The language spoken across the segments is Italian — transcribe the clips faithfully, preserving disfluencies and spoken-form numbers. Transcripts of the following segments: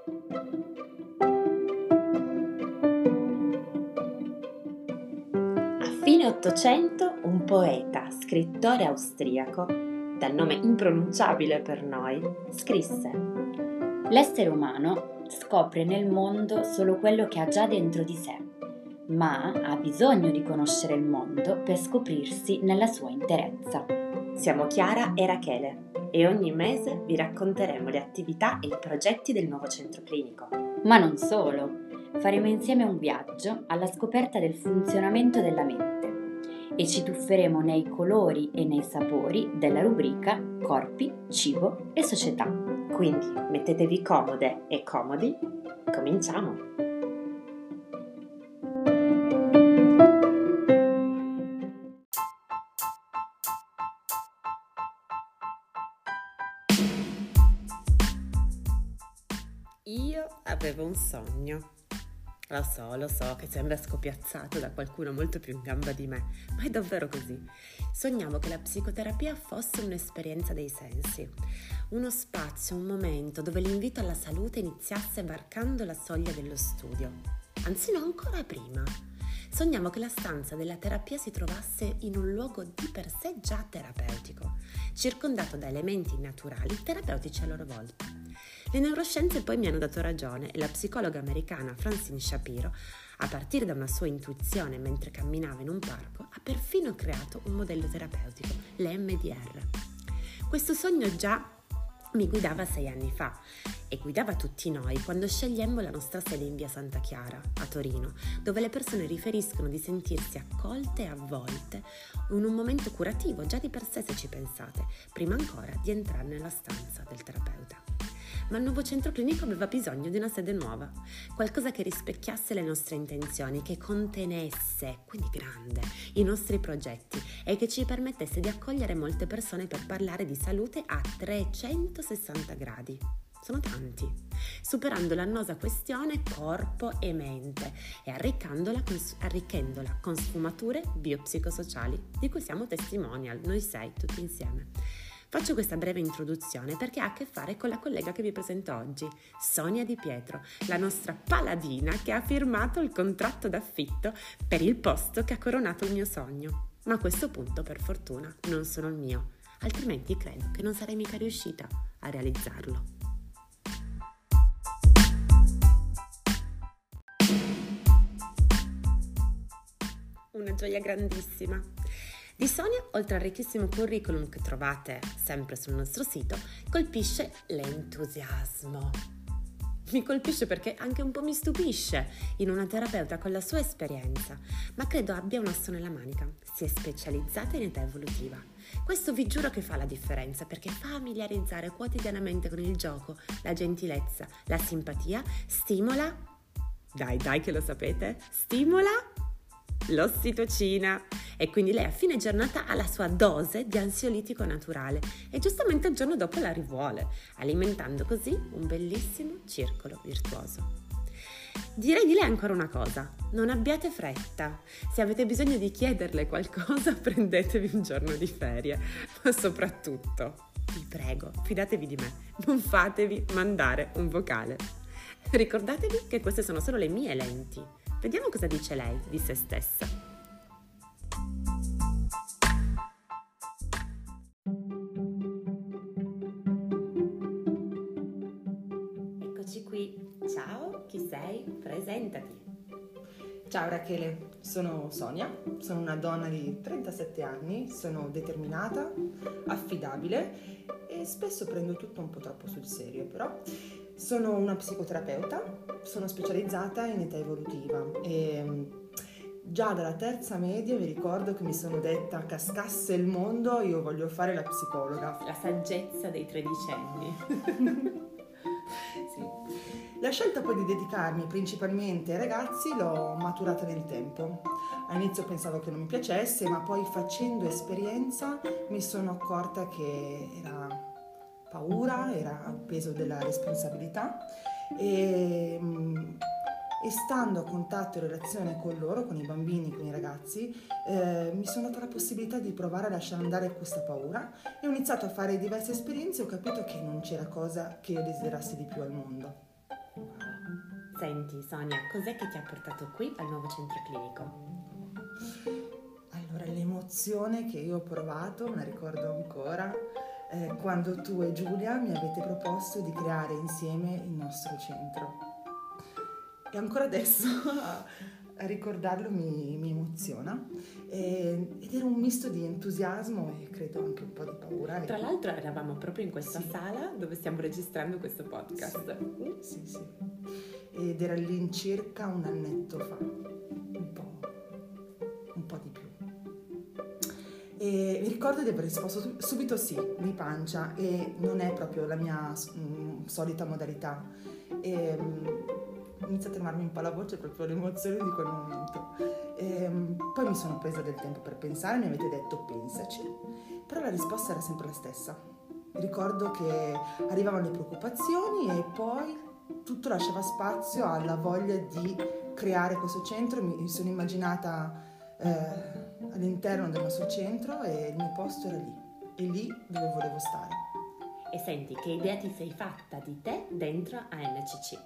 A fine Ottocento un poeta, scrittore austriaco, dal nome impronunciabile per noi, scrisse: l'essere umano scopre nel mondo solo quello che ha già dentro di sé, ma ha bisogno di conoscere il mondo per scoprirsi nella sua interezza. Siamo Chiara e Rachele e ogni mese vi racconteremo le attività e i progetti del nuovo centro clinico. Ma non solo, faremo insieme un viaggio alla scoperta del funzionamento della mente e ci tufferemo nei colori e nei sapori della rubrica Corpi, Cibo e Società. Quindi mettetevi comode e comodi, cominciamo! Io avevo un sogno. Lo so, lo so che sembra scopiazzato da qualcuno molto più in gamba di me, ma è davvero così. Sognavo che la psicoterapia fosse un'esperienza dei sensi, uno spazio, un momento dove l'invito alla salute iniziasse varcando la soglia dello studio. Anzi, no, ancora prima. Sognavo che la stanza della terapia si trovasse in un luogo di per sé già terapeutico, circondato da elementi naturali terapeutici a loro volta. Le neuroscienze poi mi hanno dato ragione e la psicologa americana Francine Shapiro, a partire da una sua intuizione mentre camminava in un parco, ha perfino creato un modello terapeutico, l'E M D R. Questo sogno già mi guidava sei anni fa e guidava tutti noi quando scegliemmo la nostra sede in via Santa Chiara, a Torino, dove le persone riferiscono di sentirsi accolte e avvolte in un momento curativo già di per sé, se ci pensate, prima ancora di entrare nella stanza del terapeuta. Ma il nuovo centro clinico aveva bisogno di una sede nuova, qualcosa che rispecchiasse le nostre intenzioni, che contenesse, quindi grande, i nostri progetti e che ci permettesse di accogliere molte persone per parlare di salute a trecentosessanta gradi. Sono tanti, superando l'annosa questione corpo e mente e arricchendola con, arricchendola con sfumature biopsicosociali, di cui siamo testimonial, noi sei, tutti insieme. Faccio questa breve introduzione perché ha a che fare con la collega che vi presento oggi, Sonia Di Pietro, la nostra paladina che ha firmato il contratto d'affitto per il posto che ha coronato il mio sogno. Ma a questo punto, per fortuna, non sono il mio, altrimenti credo che non sarei mica riuscita a realizzarlo. Una gioia grandissima. Di Sonia, oltre al ricchissimo curriculum che trovate sempre sul nostro sito, colpisce l'entusiasmo. Mi colpisce perché anche un po' mi stupisce in una terapeuta con la sua esperienza, ma credo abbia un asso nella manica, si è specializzata in età evolutiva. Questo vi giuro che fa la differenza perché familiarizzare quotidianamente con il gioco, la gentilezza, la simpatia, stimola, dai dai che lo sapete, stimola l'ossitocina e quindi lei a fine giornata ha la sua dose di ansiolitico naturale e giustamente il giorno dopo la rivuole, alimentando così un bellissimo circolo virtuoso. Direi di lei ancora una cosa: non abbiate fretta, se avete bisogno di chiederle qualcosa prendetevi un giorno di ferie, ma soprattutto, vi prego, fidatevi di me, non fatevi mandare un vocale. Ricordatevi che queste sono solo le mie lenti. Vediamo cosa dice lei di se stessa. Eccoci qui. Ciao, chi sei? Presentati. Ciao Rachele, sono Sonia, sono una donna di trentasette anni, sono determinata, affidabile e spesso prendo tutto un po' troppo sul serio, però sono una psicoterapeuta, sono specializzata in età evolutiva e già dalla terza media mi ricordo che mi sono detta: cascasse il mondo, io voglio fare la psicologa. La saggezza dei tredicenni. Sì. La scelta poi di dedicarmi principalmente ai ragazzi l'ho maturata nel tempo. All'inizio pensavo che non mi piacesse, ma poi facendo esperienza mi sono accorta che era paura, era il peso della responsabilità e, e stando a contatto e relazione con loro, con i bambini, con i ragazzi, eh, mi sono data la possibilità di provare a lasciare andare questa paura e ho iniziato a fare diverse esperienze e ho capito che non c'era cosa che io desiderassi di più al mondo. Senti Sonia, cos'è che ti ha portato qui al nuovo centro clinico? Allora, l'emozione che io ho provato, me la ricordo ancora, eh, quando tu e Giulia mi avete proposto di creare insieme il nostro centro. E ancora adesso a ricordarlo mi, mi emoziona. E, ed era un misto di entusiasmo e credo anche un po' di paura. Tra l'altro eravamo proprio in questa sì. sala dove stiamo registrando questo podcast. Sì, sì, sì. Ed era all'incirca un annetto fa, un po', un po' di più. E mi ricordo di aver risposto subito sì, di pancia, e non è proprio la mia mh, solita modalità. E, mh, inizia a tremarmi un po' la voce proprio l'emozione di quel momento. E, mh, poi mi sono presa del tempo per pensare, mi avete detto pensaci, però la risposta era sempre la stessa. Ricordo che arrivavano le preoccupazioni e poi tutto lasciava spazio alla voglia di creare questo centro. Mi sono immaginata eh, all'interno del nostro centro e il mio posto era lì, e lì dove volevo stare. E senti, che idea ti sei fatta di te dentro a N C C?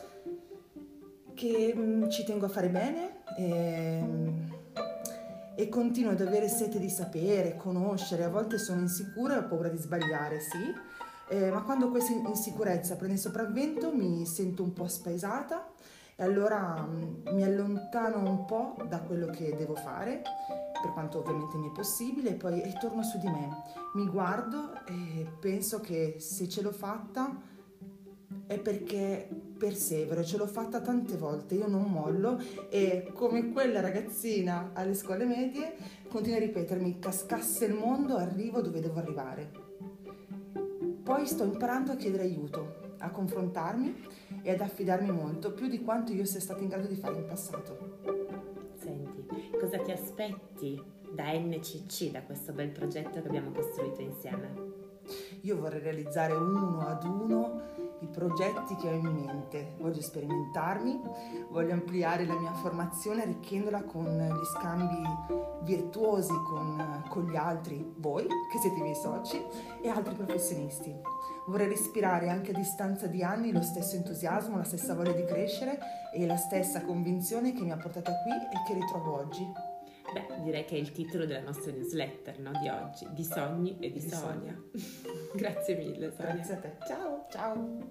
Che mh, ci tengo a fare bene e, e continuo ad avere sete di sapere, conoscere. A volte sono insicura e ho paura di sbagliare, sì. Eh, ma quando questa insicurezza prende il sopravvento mi sento un po' spaesata e allora mh, mi allontano un po' da quello che devo fare, per quanto ovviamente mi è possibile, e poi ritorno su di me, mi guardo e penso che se ce l'ho fatta è perché persevero, ce l'ho fatta tante volte, io non mollo, e come quella ragazzina alle scuole medie continuo a ripetermi: cascasse il mondo, arrivo dove devo arrivare. Poi sto imparando a chiedere aiuto, a confrontarmi e ad affidarmi molto, più di quanto io sia stata in grado di fare in passato. Senti, cosa ti aspetti da N C C, da questo bel progetto che abbiamo costruito insieme? Io vorrei realizzare uno ad uno i progetti che ho in mente. Voglio sperimentarmi, voglio ampliare la mia formazione arricchendola con gli scambi virtuosi con, con gli altri, voi che siete i miei soci, e altri professionisti. Vorrei respirare anche a distanza di anni lo stesso entusiasmo, la stessa voglia di crescere e la stessa convinzione che mi ha portata qui e che ritrovo oggi. Beh, direi che è il titolo della nostra newsletter, no, di oggi, di sogni e di, di Sonia. Grazie mille, Sonia. Grazie a te. Ciao. Ciao.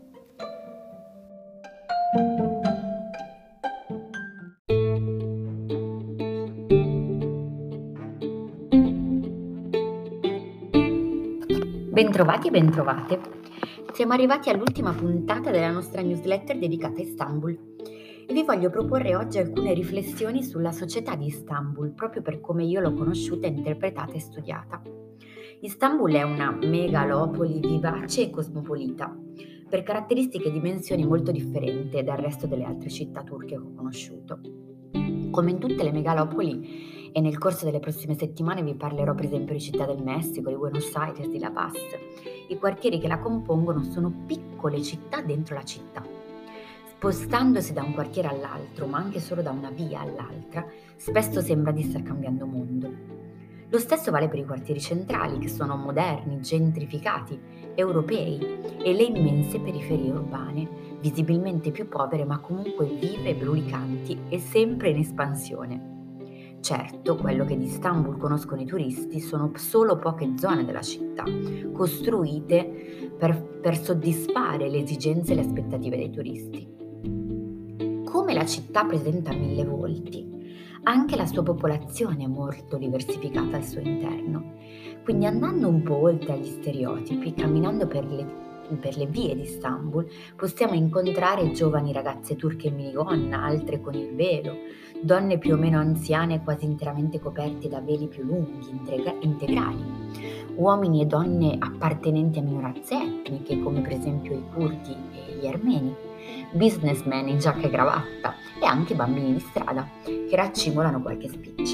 Bentrovati e bentrovate. Siamo arrivati all'ultima puntata della nostra newsletter dedicata a Istanbul. E vi voglio proporre oggi alcune riflessioni sulla società di Istanbul, proprio per come io l'ho conosciuta, interpretata e studiata. Istanbul è una megalopoli vivace e cosmopolita, per caratteristiche e dimensioni molto differenti dal resto delle altre città turche che ho conosciuto. Come in tutte le megalopoli, e nel corso delle prossime settimane vi parlerò per esempio di Città del Messico, di Buenos Aires, di La Paz, i quartieri che la compongono sono piccole città dentro la città. Spostandosi da un quartiere all'altro, ma anche solo da una via all'altra, spesso sembra di star cambiando mondo. Lo stesso vale per i quartieri centrali, che sono moderni, gentrificati, europei, e le immense periferie urbane, visibilmente più povere ma comunque vive e brulicanti e sempre in espansione. Certo, quello che di Istanbul conoscono i turisti sono solo poche zone della città, costruite per, per soddisfare le esigenze e le aspettative dei turisti. Come la città presenta mille volti, anche la sua popolazione è molto diversificata al suo interno. Quindi, andando un po' oltre agli stereotipi, camminando per le, per le vie di Istanbul, possiamo incontrare giovani ragazze turche in minigonna, altre con il velo, donne più o meno anziane quasi interamente coperte da veli più lunghi, integra- integrali, uomini e donne appartenenti a minoranze etniche, come per esempio i curdi e gli armeni, businessmen in giacca e cravatta e anche bambini di strada che raccimolano qualche spiccio.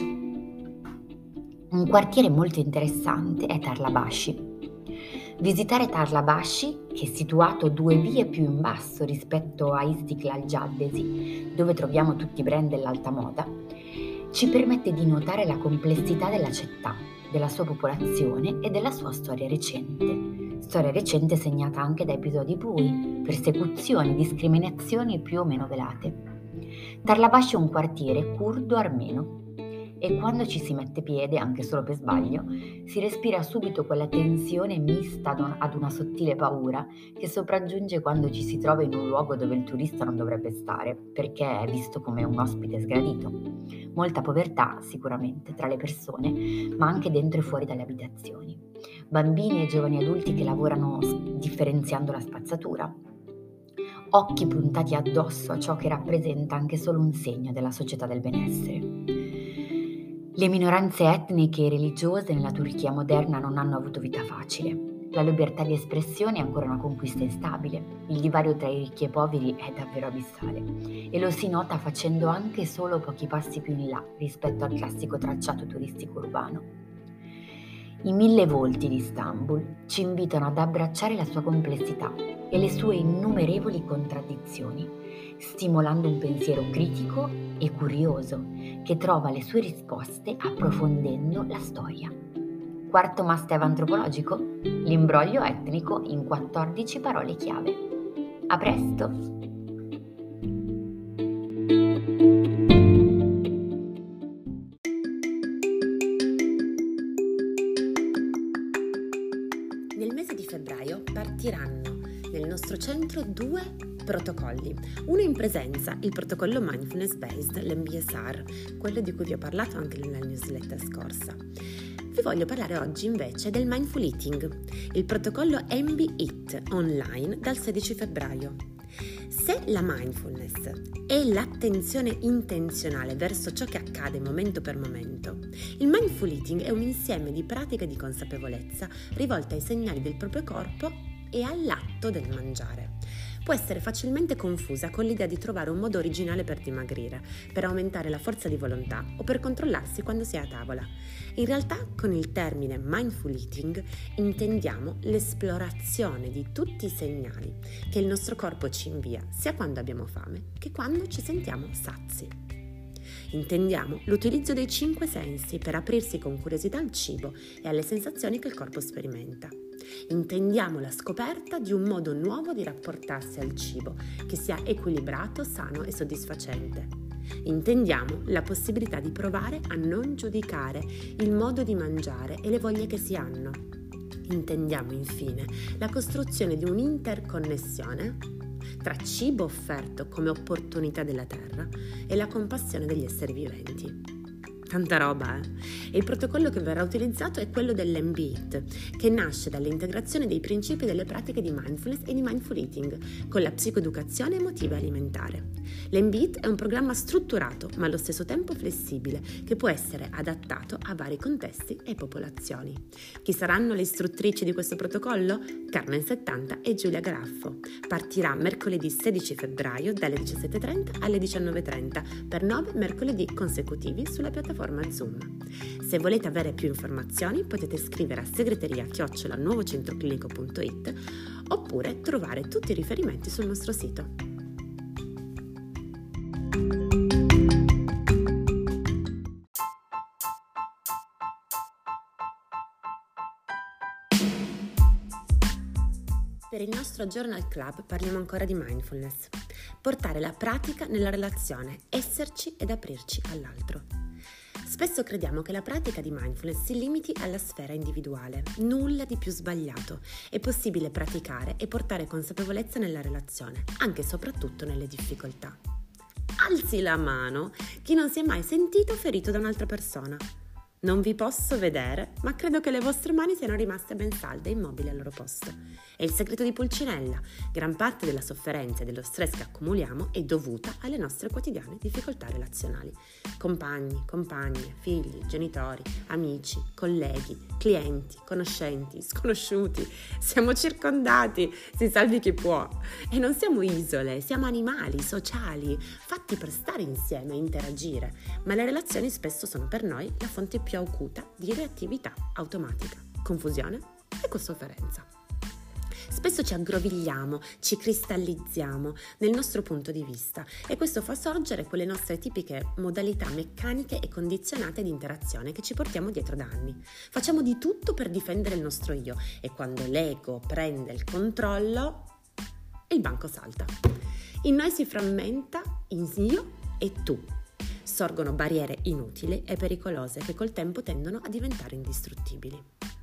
Un quartiere molto interessante è Tarlabashi. Visitare Tarlabashi, che è situato due vie più in basso rispetto a Istiklal Caddesi, dove troviamo tutti i brand dell'alta moda, ci permette di notare la complessità della città, della sua popolazione e della sua storia recente, Storia recente segnata anche da episodi bui, persecuzioni, discriminazioni più o meno velate. Tarlabash è un quartiere curdo-armeno e quando ci si mette piede, anche solo per sbaglio, si respira subito quella tensione mista ad, un, ad una sottile paura che sopraggiunge quando ci si trova in un luogo dove il turista non dovrebbe stare, perché è visto come un ospite sgradito. Molta povertà sicuramente tra le persone, ma anche dentro e fuori dalle abitazioni. Bambini e giovani adulti che lavorano differenziando la spazzatura. Occhi puntati addosso a ciò che rappresenta anche solo un segno della società del benessere. Le minoranze etniche e religiose nella Turchia moderna non hanno avuto vita facile. La libertà di espressione è ancora una conquista instabile. Il divario tra i ricchi e i poveri è davvero abissale e lo si nota facendo anche solo pochi passi più in là rispetto al classico tracciato turistico urbano. I mille volti di Istanbul ci invitano ad abbracciare la sua complessità e le sue innumerevoli contraddizioni, stimolando un pensiero critico e curioso che trova le sue risposte approfondendo la storia. Quarto must-have antropologico? L'imbroglio etnico in quattordici parole chiave. A presto! Nel mese di febbraio partiranno nel nostro centro due protocolli. Uno in presenza, il protocollo Mindfulness Based, l'M B S R, quello di cui vi ho parlato anche nella newsletter scorsa. Vi voglio parlare oggi invece del Mindful Eating, il protocollo M B E A T online dal sedici febbraio. Se la mindfulness è l'attenzione intenzionale verso ciò che accade momento per momento, il mindful eating è un insieme di pratiche di consapevolezza rivolte ai segnali del proprio corpo e all'atto del mangiare. Può essere facilmente confusa con l'idea di trovare un modo originale per dimagrire, per aumentare la forza di volontà o per controllarsi quando si è a tavola. In realtà, con il termine mindful eating intendiamo l'esplorazione di tutti i segnali che il nostro corpo ci invia, sia quando abbiamo fame che quando ci sentiamo sazi. Intendiamo l'utilizzo dei cinque sensi per aprirsi con curiosità al cibo e alle sensazioni che il corpo sperimenta. Intendiamo la scoperta di un modo nuovo di rapportarsi al cibo che sia equilibrato, sano e soddisfacente. Intendiamo la possibilità di provare a non giudicare il modo di mangiare e le voglie che si hanno. Intendiamo infine la costruzione di un'interconnessione tra cibo offerto come opportunità della terra e la compassione degli esseri viventi. Tanta roba, eh? E il protocollo che verrà utilizzato è quello dell'M B E A T, che nasce dall'integrazione dei principi delle pratiche di mindfulness e di mindful eating con la psicoeducazione emotiva e alimentare. L'M B E A T è un programma strutturato ma allo stesso tempo flessibile che può essere adattato a vari contesti e popolazioni. Chi saranno le istruttrici di questo protocollo? Carmen settanta e Giulia Garaffo. Partirà mercoledì sedici febbraio dalle diciassette e trenta alle diciannove e trenta per nove mercoledì consecutivi sulla piattaforma Zoom. Se volete avere più informazioni potete scrivere a segreteria chiocciola nuovocentroclinico punto it oppure trovare tutti i riferimenti sul nostro sito. Per il nostro Journal Club parliamo ancora di mindfulness. Portare la pratica nella relazione, esserci ed aprirci all'altro. Spesso crediamo che la pratica di mindfulness si limiti alla sfera individuale. Nulla di più sbagliato. È possibile praticare e portare consapevolezza nella relazione, anche e soprattutto nelle difficoltà. Alzi la mano chi non si è mai sentito ferito da un'altra persona. Non vi posso vedere, ma credo che le vostre mani siano rimaste ben salde e immobili al loro posto. È il segreto di Pulcinella. Gran parte della sofferenza e dello stress che accumuliamo è dovuta alle nostre quotidiane difficoltà relazionali. Compagni, compagne, figli, genitori, amici, colleghi, clienti, conoscenti, sconosciuti. Siamo circondati, si salvi chi può. E non siamo isole, siamo animali sociali, fatti per stare insieme e interagire. Ma le relazioni spesso sono per noi la fonte più acuta di reattività automatica, confusione e sofferenza. Spesso ci aggrovigliamo, ci cristallizziamo nel nostro punto di vista e questo fa sorgere quelle nostre tipiche modalità meccaniche e condizionate di interazione che ci portiamo dietro da anni. Facciamo di tutto per difendere il nostro io e quando l'ego prende il controllo, il banco salta. In noi si frammenta in io e tu. Sorgono barriere inutili e pericolose che col tempo tendono a diventare indistruttibili.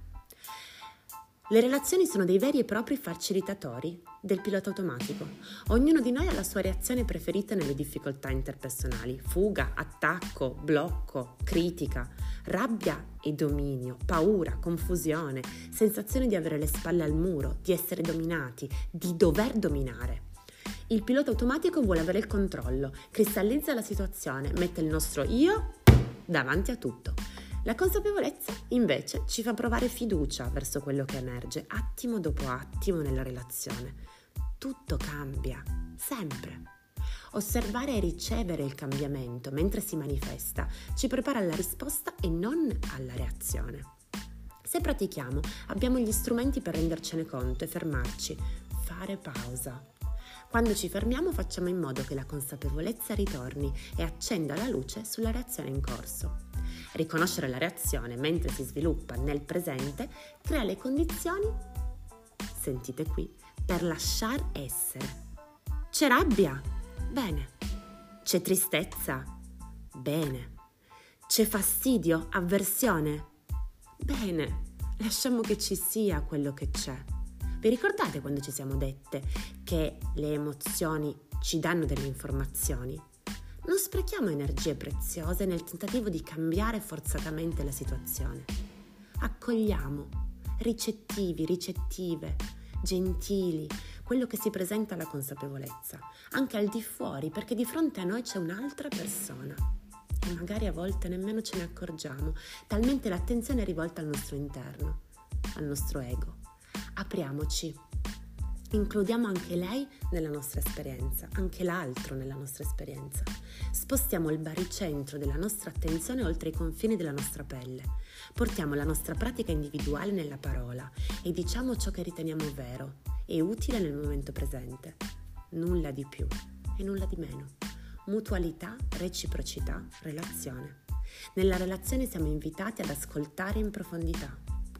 Le relazioni sono dei veri e propri facilitatori del pilota automatico. Ognuno di noi ha la sua reazione preferita nelle difficoltà interpersonali: fuga, attacco, blocco, critica, rabbia e dominio, paura, confusione, sensazione di avere le spalle al muro, di essere dominati, di dover dominare. Il pilota automatico vuole avere il controllo, cristallizza la situazione, mette il nostro io davanti a tutto. La consapevolezza, invece, ci fa provare fiducia verso quello che emerge, attimo dopo attimo nella relazione. Tutto cambia, sempre. Osservare e ricevere il cambiamento mentre si manifesta ci prepara alla risposta e non alla reazione. Se pratichiamo, abbiamo gli strumenti per rendercene conto e fermarci, fare pausa. Quando ci fermiamo, facciamo in modo che la consapevolezza ritorni e accenda la luce sulla reazione in corso. Riconoscere la reazione mentre si sviluppa nel presente crea le condizioni, sentite qui, per lasciar essere. C'è rabbia? Bene. C'è tristezza? Bene. C'è fastidio? Avversione? Bene. Lasciamo che ci sia quello che c'è. Vi ricordate quando ci siamo dette che le emozioni ci danno delle informazioni? Non sprechiamo energie preziose nel tentativo di cambiare forzatamente la situazione. Accogliamo, ricettivi, ricettive, gentili, quello che si presenta alla consapevolezza, anche al di fuori, perché di fronte a noi c'è un'altra persona. E magari a volte nemmeno ce ne accorgiamo, talmente l'attenzione è rivolta al nostro interno, al nostro ego. Apriamoci. Includiamo anche lei nella nostra esperienza, anche l'altro nella nostra esperienza. Spostiamo il baricentro della nostra attenzione oltre i confini della nostra pelle. Portiamo la nostra pratica individuale nella parola e diciamo ciò che riteniamo vero e utile nel momento presente. Nulla di più e nulla di meno. Mutualità, reciprocità, relazione. Nella relazione siamo invitati ad ascoltare in profondità.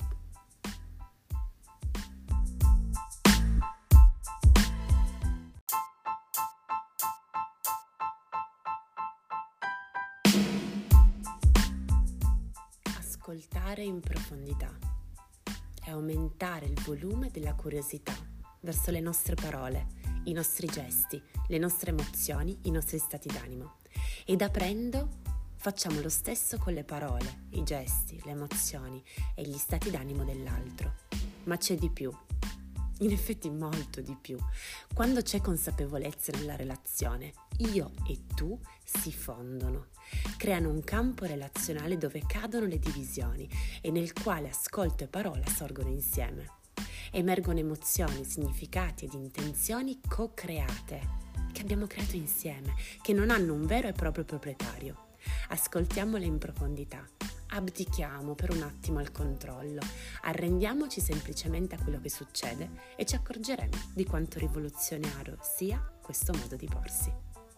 Ascoltare in profondità e aumentare il volume della curiosità verso le nostre parole, i nostri gesti, le nostre emozioni, i nostri stati d'animo. Ed aprendo facciamo lo stesso con le parole, i gesti, le emozioni e gli stati d'animo dell'altro. Ma c'è di più. In effetti molto di più. Quando c'è consapevolezza nella relazione, io e tu si fondono, creano un campo relazionale dove cadono le divisioni e nel quale ascolto e parola sorgono insieme. Emergono emozioni, significati ed intenzioni co-create, che abbiamo creato insieme, che non hanno un vero e proprio proprietario. Ascoltiamole in profondità. Abdichiamo per un attimo al controllo, arrendiamoci semplicemente a quello che succede e ci accorgeremo di quanto rivoluzionario sia questo modo di porsi.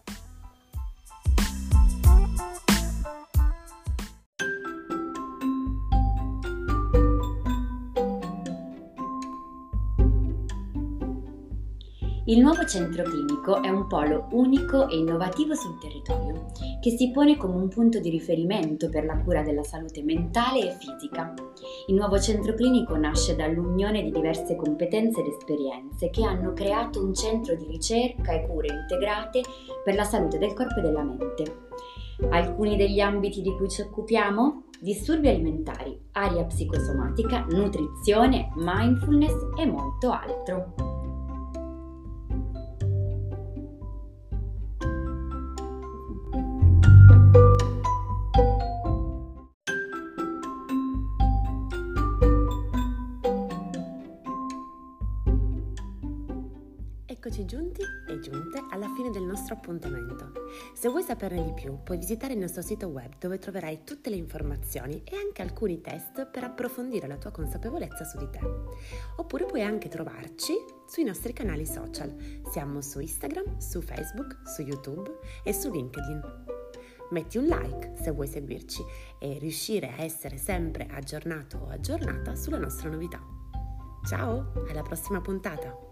Il nuovo centro clinico è un polo unico e innovativo sul territorio, che si pone come un punto di riferimento per la cura della salute mentale e fisica. Il nuovo centro clinico nasce dall'unione di diverse competenze ed esperienze che hanno creato un centro di ricerca e cure integrate per la salute del corpo e della mente. Alcuni degli ambiti di cui ci occupiamo? Disturbi alimentari, area psicosomatica, nutrizione, mindfulness e molto altro. Eccoci eccoci giunti e giunte alla fine del nostro appuntamento. Se vuoi saperne di più, puoi visitare il nostro sito web dove troverai tutte le informazioni e anche alcuni test per approfondire la tua consapevolezza su di te. Oppure puoi anche trovarci sui nostri canali social. Siamo su Instagram, su Facebook, su YouTube e su LinkedIn. Metti un like se vuoi seguirci e riuscire a essere sempre aggiornato o aggiornata sulla nostra novità. Ciao, alla prossima puntata!